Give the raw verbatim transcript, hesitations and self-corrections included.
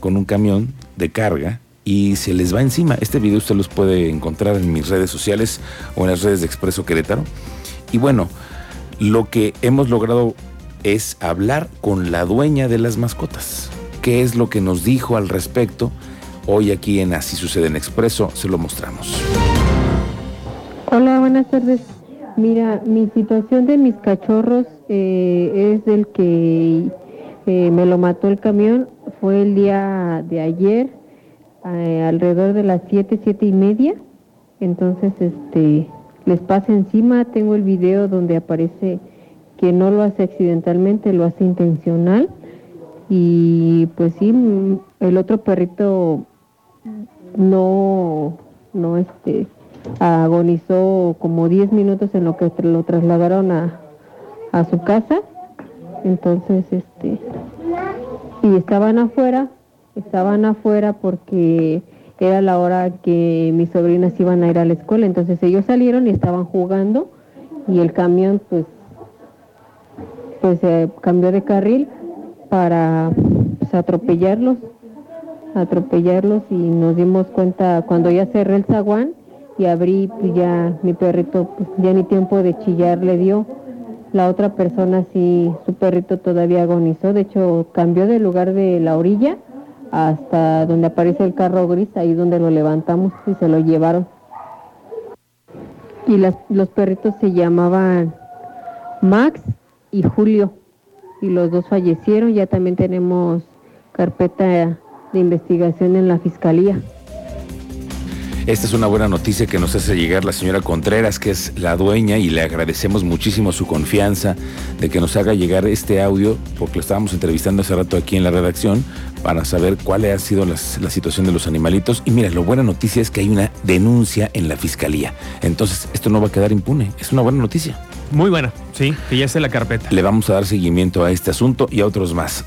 con un camión de carga y se les va encima. Este video usted los puede encontrar en mis redes sociales o en las redes de Expreso Querétaro. Y bueno, lo que hemos logrado es hablar con la dueña de las mascotas. ¿Qué es lo que nos dijo al respecto? Hoy aquí en Así Sucede en Expreso se lo mostramos. Hola, buenas tardes. Mira, mi situación de mis cachorros eh, es del que eh, me lo mató el camión. Fue el día de ayer, eh, alrededor de las siete, siete y media. Entonces, este, les pasa encima. Tengo el video donde aparece que no lo hace accidentalmente, lo hace intencional. Y pues sí, el otro perrito no, no este, agonizó como diez minutos en lo que lo trasladaron a, a su casa. Entonces, este, y estaban afuera, estaban afuera porque era la hora que mis sobrinas iban a ir a la escuela. Entonces ellos salieron y estaban jugando y el camión pues, pues eh, cambió de carril para pues, atropellarlos, atropellarlos y nos dimos cuenta cuando ya cerré el zaguán y abrí, pues ya mi perrito pues, ya ni tiempo de chillar le dio. La otra persona sí, su perrito todavía agonizó, de hecho cambió de lugar de la orilla hasta donde aparece el carro gris, ahí donde lo levantamos y se lo llevaron. Y las, los perritos se llamaban Max y Julio, y los dos fallecieron. Ya también tenemos carpeta de investigación en la fiscalía. Esta es una buena noticia que nos hace llegar la señora Contreras, que es la dueña, y le agradecemos muchísimo su confianza de que nos haga llegar este audio, porque lo estábamos entrevistando hace rato aquí en la redacción para saber cuál ha sido las, la situación de los animalitos. Y mira, la buena noticia es que hay una denuncia en la fiscalía. Entonces, esto no va a quedar impune. Es una buena noticia. Muy buena, sí, que ya esté la carpeta. Le vamos a dar seguimiento a este asunto y a otros más.